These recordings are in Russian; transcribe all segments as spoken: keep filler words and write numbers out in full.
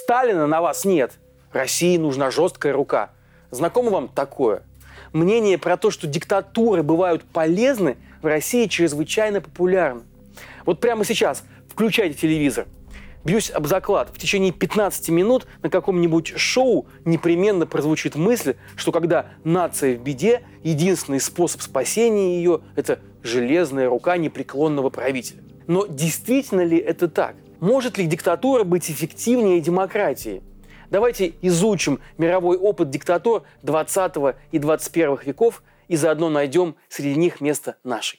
Сталина на вас нет. России нужна жесткая рука. Знакомо вам такое? Мнение про то, что диктатуры бывают полезны, в России чрезвычайно популярно. Вот прямо сейчас включайте телевизор. Бьюсь об заклад, в течение пятнадцати минут на каком-нибудь шоу непременно прозвучит мысль, что когда нация в беде, единственный способ спасения ее – это железная рука непреклонного правителя. Но действительно ли это так? Может ли диктатура быть эффективнее демократии? Давайте изучим мировой опыт диктатур двадцатого и двадцать первого веков и заодно найдем среди них место нашей.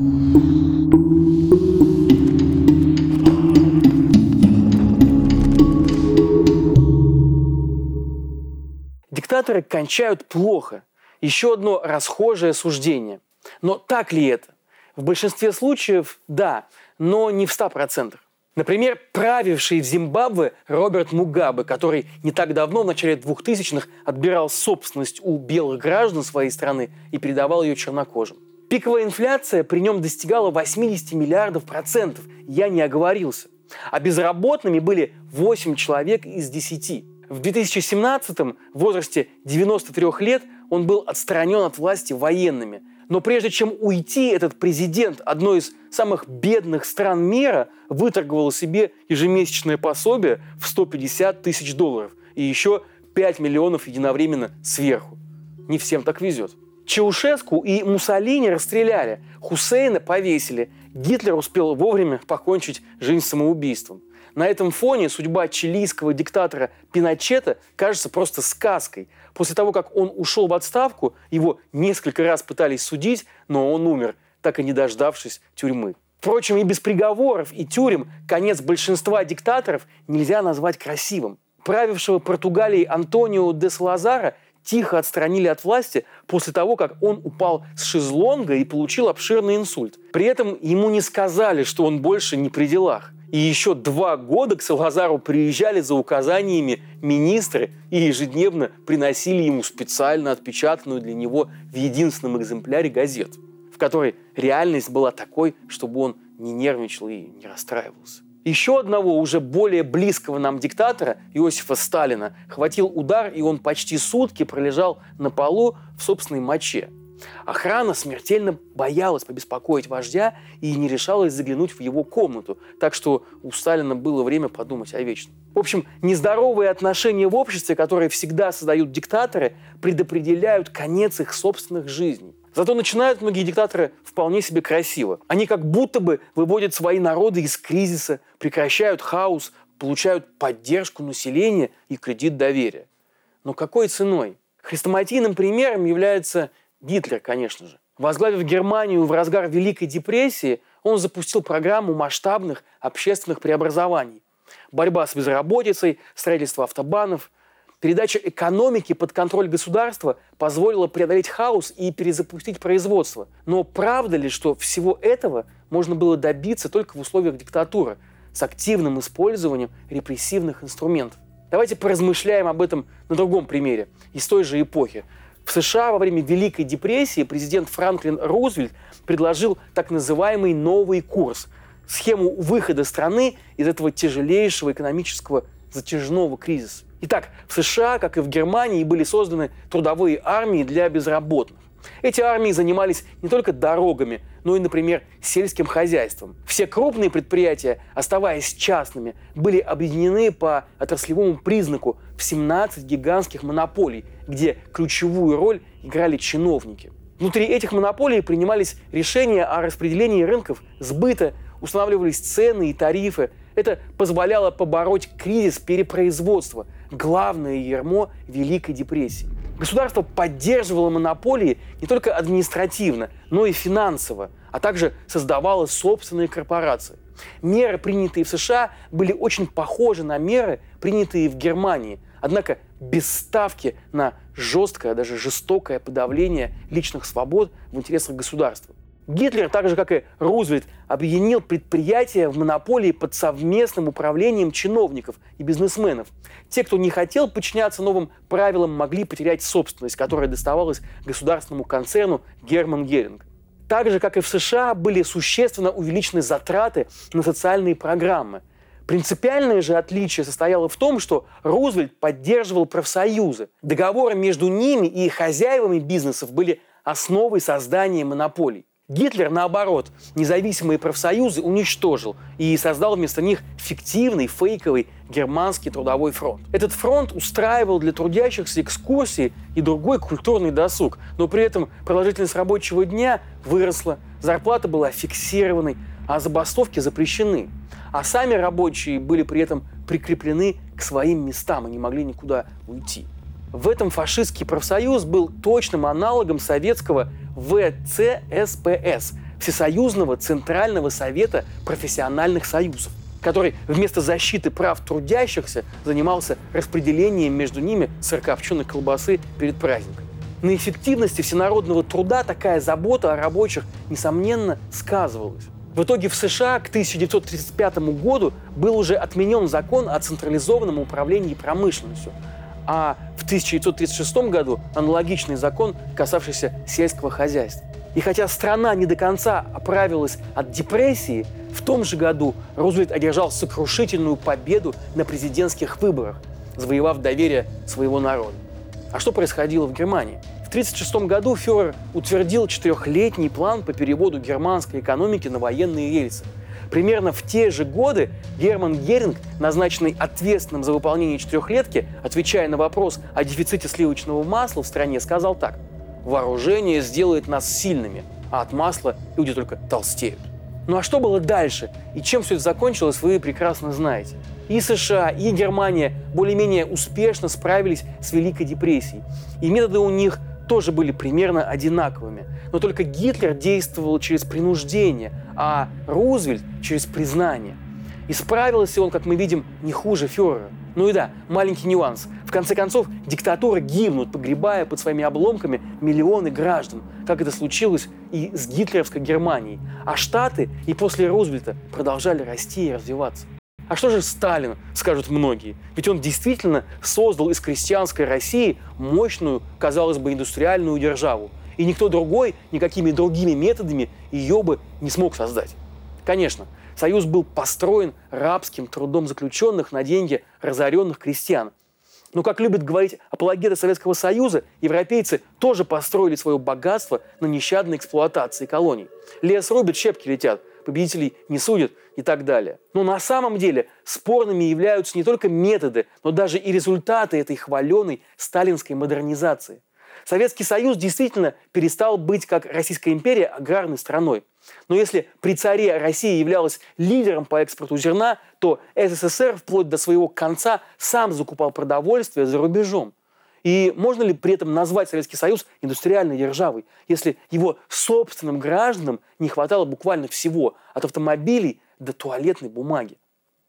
Диктаторы кончают плохо. Еще одно расхожее суждение. Но так ли это? В большинстве случаев – да, но не в ста процентах. Например, правивший в Зимбабве Роберт Мугабе, который не так давно, в начале двухтысячных, отбирал собственность у белых граждан своей страны и передавал ее чернокожим. Пиковая инфляция при нем достигала восемьдесят миллиардов процентов, я не оговорился. А безработными были восемь человек из десяти. В две тысячи семнадцатом, в возрасте девяноста трёх лет, он был отстранен от власти военными. Но прежде чем уйти, этот президент одной из самых бедных стран мира выторговал себе ежемесячное пособие в сто пятьдесят тысяч долларов и еще пять миллионов единовременно сверху. Не всем так везет. Чаушеску и Муссолини расстреляли, Хусейна повесили, Гитлер успел вовремя покончить жизнь самоубийством. На этом фоне судьба чилийского диктатора Пиночета кажется просто сказкой. После того, как он ушел в отставку, его несколько раз пытались судить, но он умер, так и не дождавшись тюрьмы. Впрочем, и без приговоров и тюрем конец большинства диктаторов нельзя назвать красивым. Правившего Португалией Антонио де Салазара тихо отстранили от власти после того, как он упал с шезлонга и получил обширный инсульт. При этом ему не сказали, что он больше не при делах. И еще два года к Салазару приезжали за указаниями министры и ежедневно приносили ему специально отпечатанную для него в единственном экземпляре газету, в которой реальность была такой, чтобы он не нервничал и не расстраивался. Еще одного уже более близкого нам диктатора, Иосифа Сталина, хватил удар, и он почти сутки пролежал на полу в собственной моче. Охрана смертельно боялась побеспокоить вождя и не решалась заглянуть в его комнату, так что у Сталина было время подумать о вечном. В общем, нездоровые отношения в обществе, которые всегда создают диктаторы, предопределяют конец их собственных жизней. Зато начинают многие диктаторы вполне себе красиво. Они как будто бы выводят свои народы из кризиса, прекращают хаос, получают поддержку населения и кредит доверия. Но какой ценой? Хрестоматийным примером является Гитлер, конечно же. Возглавив Германию в разгар Великой депрессии, он запустил программу масштабных общественных преобразований. Борьба с безработицей, строительство автобанов, передача экономики под контроль государства позволила преодолеть хаос и перезапустить производство. Но правда ли, что всего этого можно было добиться только в условиях диктатуры с активным использованием репрессивных инструментов? Давайте поразмышляем об этом на другом примере, из той же эпохи. В США во время Великой депрессии президент Франклин Рузвельт предложил так называемый новый курс – схему выхода страны из этого тяжелейшего экономического затяжного кризиса. Итак, в США, как и в Германии, были созданы трудовые армии для безработных. Эти армии занимались не только дорогами, но и, например, сельским хозяйством. Все крупные предприятия, оставаясь частными, были объединены по отраслевому признаку в семнадцать гигантских монополий, где ключевую роль играли чиновники. Внутри этих монополий принимались решения о распределении рынков сбыта, устанавливались цены и тарифы. Это позволяло побороть кризис перепроизводства, главное ярмо Великой депрессии. Государство поддерживало монополии не только административно, но и финансово, а также создавало собственные корпорации. Меры, принятые в США, были очень похожи на меры, принятые в Германии, однако без ставки на жесткое, даже жестокое подавление личных свобод в интересах государства. Гитлер, так же как и Рузвельт, объединил предприятия в монополии под совместным управлением чиновников и бизнесменов. Те, кто не хотел подчиняться новым правилам, могли потерять собственность, которая доставалась государственному концерну Герман Геринг. Так же, как и в США, были существенно увеличены затраты на социальные программы. Принципиальное же отличие состояло в том, что Рузвельт поддерживал профсоюзы. Договоры между ними и хозяевами бизнесов были основой создания монополий. Гитлер, наоборот, независимые профсоюзы уничтожил и создал вместо них фиктивный, фейковый германский трудовой фронт. Этот фронт устраивал для трудящихся экскурсии и другой культурный досуг, но при этом продолжительность рабочего дня выросла, зарплата была фиксированной, а забастовки запрещены. А сами рабочие были при этом прикреплены к своим местам и не могли никуда уйти. В этом фашистский профсоюз был точным аналогом советского вэ цэ эс пэ эс – Всесоюзного Центрального Совета Профессиональных Союзов, который вместо защиты прав трудящихся занимался распределением между ними сырокопченой колбасы перед праздником. На эффективности всенародного труда такая забота о рабочих, несомненно, сказывалась. В итоге в США к тысяча девятьсот тридцать пятому году был уже отменен закон о централизованном управлении промышленностью, а в тысяча девятьсот тридцать шестом году аналогичный закон, касавшийся сельского хозяйства. И хотя страна не до конца оправилась от депрессии, в том же году Рузвельт одержал сокрушительную победу на президентских выборах, завоевав доверие своего народа. А что происходило в Германии? В тысяча девятьсот тридцать шестом году фюрер утвердил четырехлетний план по переводу германской экономики на военные рельсы. Примерно в те же годы Герман Геринг, назначенный ответственным за выполнение четырехлетки, отвечая на вопрос о дефиците сливочного масла в стране, сказал так: «Вооружение сделает нас сильными, а от масла люди только толстеют». Ну а что было дальше? И чем все это закончилось, вы прекрасно знаете. И США, и Германия более-менее успешно справились с Великой депрессией. И методы у них тоже были примерно одинаковыми. Но только Гитлер действовал через принуждение, а Рузвельт через признание. И справился он, как мы видим, не хуже фюрера. Ну и да, маленький нюанс. В конце концов, диктатуры гибнут, погребая под своими обломками миллионы граждан, как это случилось и с гитлеровской Германией. А Штаты и после Рузвельта продолжали расти и развиваться. А что же Сталин, скажут многие? Ведь он действительно создал из крестьянской России мощную, казалось бы, индустриальную державу. И никто другой, никакими другими методами ее бы не смог создать. Конечно, Союз был построен рабским трудом заключенных на деньги разоренных крестьян. Но, как любят говорить апологеты Советского Союза, европейцы тоже построили свое богатство на нещадной эксплуатации колоний. Лес рубят, щепки летят, победителей не судят и так далее. Но на самом деле спорными являются не только методы, но даже и результаты этой хваленой сталинской модернизации. Советский Союз действительно перестал быть, как Российская империя, аграрной страной. Но если при царе Россия являлась лидером по экспорту зерна, то эс эс эс эр вплоть до своего конца сам закупал продовольствие за рубежом. И можно ли при этом назвать Советский Союз индустриальной державой, если его собственным гражданам не хватало буквально всего, от автомобилей до туалетной бумаги?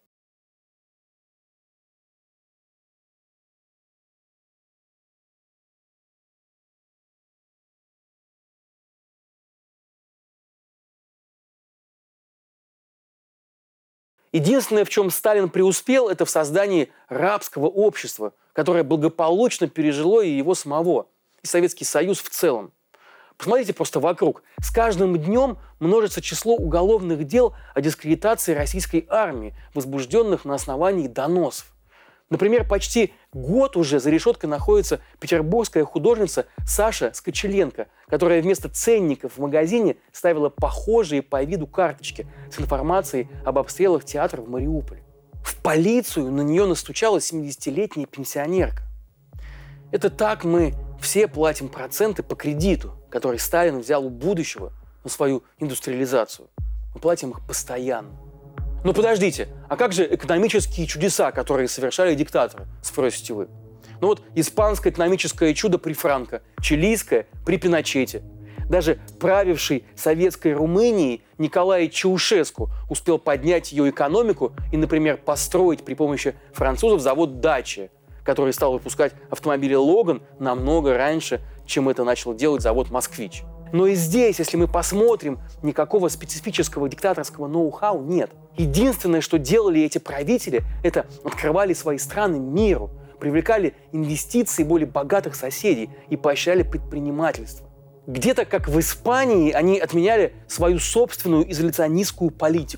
Единственное, в чем Сталин преуспел, это в создании рабского общества, которое благополучно пережило и его самого, и Советский Союз в целом. Посмотрите просто вокруг. С каждым днем множится число уголовных дел о дискредитации российской армии, возбужденных на основании доносов. Например, почти год уже за решеткой находится петербургская художница Саша Скочеленко, которая вместо ценников в магазине ставила похожие по виду карточки с информацией об обстрелах театра в Мариуполе. В полицию на нее настучала семидесятилетняя пенсионерка. Это так мы все платим проценты по кредиту, который Сталин взял у будущего на свою индустриализацию. Мы платим их постоянно. Но подождите, а как же экономические чудеса, которые совершали диктаторы, спросите вы? Ну вот испанское экономическое чудо при Франко, чилийское при Пиночете. Даже правивший советской Румынией Николай Чаушеску успел поднять ее экономику и, например, построить при помощи французов завод «Дача», который стал выпускать автомобили «Логан» намного раньше, чем это начал делать завод «Москвич». Но и здесь, если мы посмотрим, никакого специфического диктаторского ноу-хау нет. Единственное, что делали эти правители, это открывали свои страны миру, привлекали инвестиции более богатых соседей и поощряли предпринимательство. Где-то, как в Испании, они отменяли свою собственную изоляционистскую политику.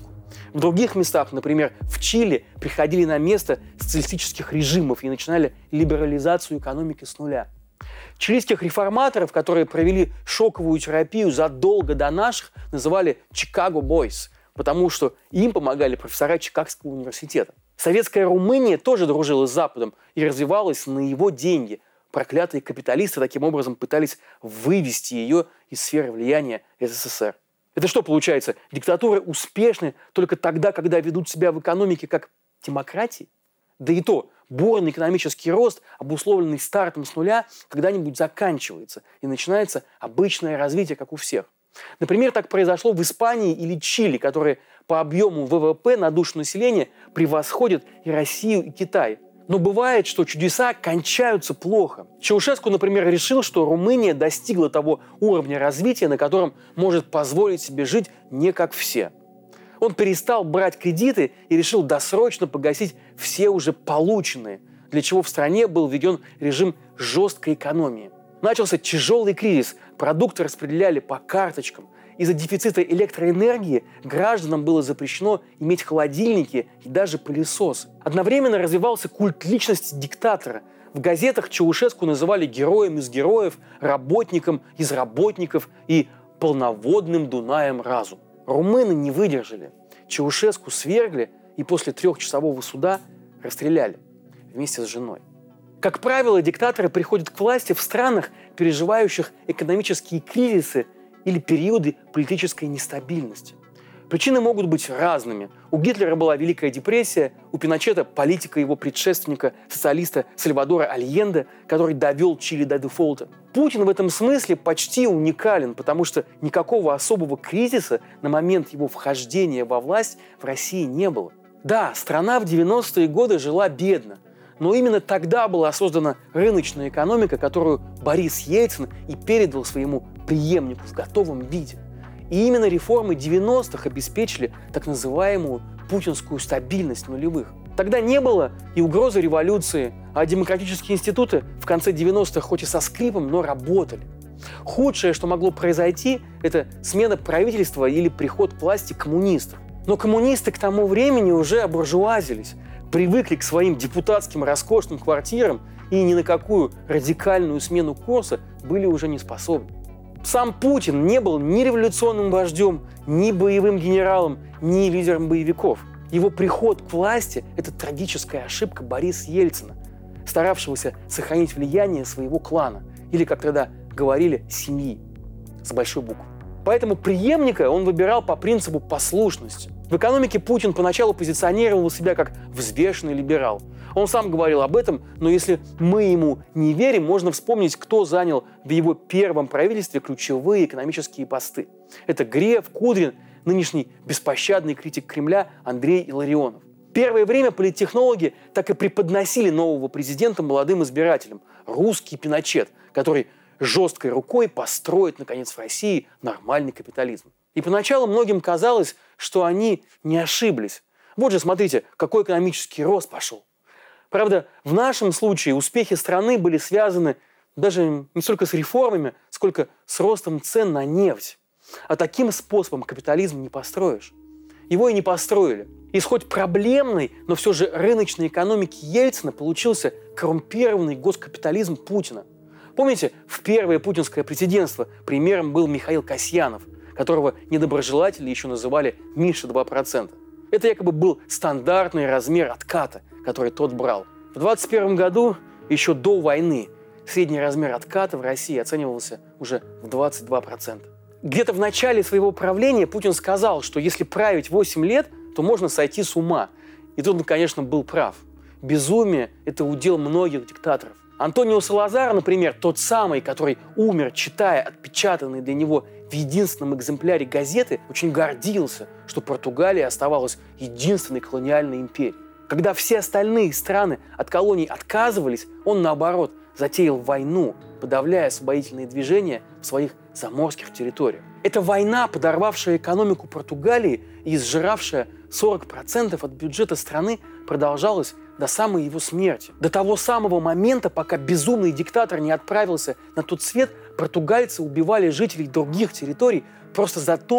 В других местах, например, в Чили, приходили на место социалистических режимов и начинали либерализацию экономики с нуля. Чилийских реформаторов, которые провели шоковую терапию задолго до наших, называли «Chicago Boys», потому что им помогали профессора Чикагского университета. Советская Румыния тоже дружила с Западом и развивалась на его деньги. Проклятые капиталисты таким образом пытались вывести ее из сферы влияния СССР. Это что получается? Диктатуры успешны только тогда, когда ведут себя в экономике как демократии? Да и то, бурный экономический рост, обусловленный стартом с нуля, когда-нибудь заканчивается, и начинается обычное развитие, как у всех. Например, так произошло в Испании или Чили, которые по объему ВВП на душу населения превосходят и Россию, и Китай. Но бывает, что чудеса кончаются плохо. Чаушеску, например, решил, что Румыния достигла того уровня развития, на котором может позволить себе жить не как все. Он перестал брать кредиты и решил досрочно погасить все уже полученные, для чего в стране был введен режим жесткой экономии. Начался тяжелый кризис, продукты распределяли по карточкам. Из-за дефицита электроэнергии гражданам было запрещено иметь холодильники и даже пылесосы. Одновременно развивался культ личности диктатора. В газетах Чаушеску называли героем из героев, работником из работников и полноводным Дунаем разум. Румыны не выдержали. Чаушеску свергли и после трехчасового суда расстреляли вместе с женой. Как правило, диктаторы приходят к власти в странах, переживающих экономические кризисы или периоды политической нестабильности. Причины могут быть разными. У Гитлера была Великая депрессия, у Пиночета политика его предшественника, социалиста Сальвадора Альенде, который довел Чили до дефолта. Путин в этом смысле почти уникален, потому что никакого особого кризиса на момент его вхождения во власть в России не было. Да, страна в девяностые годы жила бедно, но именно тогда была создана рыночная экономика, которую Борис Ельцин и передал своему преемнику в готовом виде. И именно реформы девяностых обеспечили так называемую путинскую стабильность нулевых. Тогда не было и угрозы революции, а демократические институты в конце девяностых хоть и со скрипом, но работали. Худшее, что могло произойти, это смена правительства или приход к власти коммунистов. Но коммунисты к тому времени уже обуржуазились, привыкли к своим депутатским роскошным квартирам и ни на какую радикальную смену курса были уже не способны. Сам Путин не был ни революционным вождем, ни боевым генералом, ни лидером боевиков. Его приход к власти – это трагическая ошибка Бориса Ельцина, старавшегося сохранить влияние своего клана, или, как тогда говорили, семьи, с большой буквы. Поэтому преемника он выбирал по принципу послушности. В экономике Путин поначалу позиционировал себя как взвешенный либерал. Он сам говорил об этом, но если мы ему не верим, можно вспомнить, кто занял в его первом правительстве ключевые экономические посты. Это Греф, Кудрин, нынешний беспощадный критик Кремля Андрей Илларионов. Первое время политтехнологи так и преподносили нового президента молодым избирателям. Русский Пиночет, который жесткой рукой построит, наконец, в России нормальный капитализм. И поначалу многим казалось, что они не ошиблись. Вот же, смотрите, какой экономический рост пошел. Правда, в нашем случае успехи страны были связаны даже не столько с реформами, сколько с ростом цен на нефть. А таким способом капитализм не построишь. Его и не построили. Из хоть проблемной, но все же рыночной экономики Ельцина получился коррумпированный госкапитализм Путина. Помните, в первое путинское президентство примером был Михаил Касьянов, которого недоброжелатели еще называли «Миша два процента». Это якобы был стандартный размер отката, который тот брал. В двадцать первом году, еще до войны, средний размер отката в России оценивался уже в двадцать два процента. Где-то в начале своего правления Путин сказал, что если править восемь лет, то можно сойти с ума. И тут он, конечно, был прав. Безумие – это удел многих диктаторов. Антонио Салазар, например, тот самый, который умер, читая отпечатанные для него в единственном экземпляре газеты, очень гордился, что Португалия оставалась единственной колониальной империей. Когда все остальные страны от колоний отказывались, он, наоборот, затеял войну, подавляя освободительные движения в своих заморских территориях. Эта война, подорвавшая экономику Португалии и сжиравшая сорок процентов от бюджета страны, продолжалась до самой его смерти. До того самого момента, пока безумный диктатор не отправился на тот свет, португальцы убивали жителей других территорий просто за то,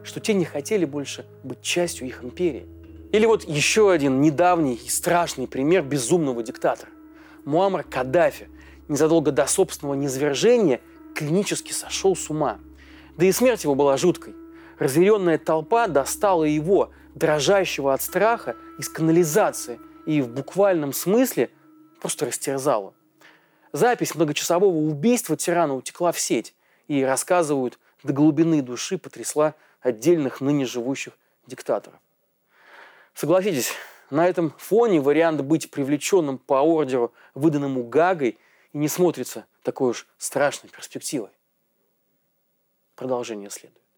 что те не хотели больше быть частью их империи. Или вот еще один недавний и страшный пример безумного диктатора. Муаммар Каддафи незадолго до собственного низвержения клинически сошел с ума. Да и смерть его была жуткой. Разъяренная толпа достала его, дрожащего от страха, из канализации и в буквальном смысле просто растерзала. Запись многочасового убийства тирана утекла в сеть и, рассказывают, до глубины души потрясла отдельных ныне живущих диктаторов. Согласитесь, на этом фоне вариант быть привлеченным по ордеру, выданному Гаагой, и не смотрится такой уж страшной перспективой. Продолжение следует.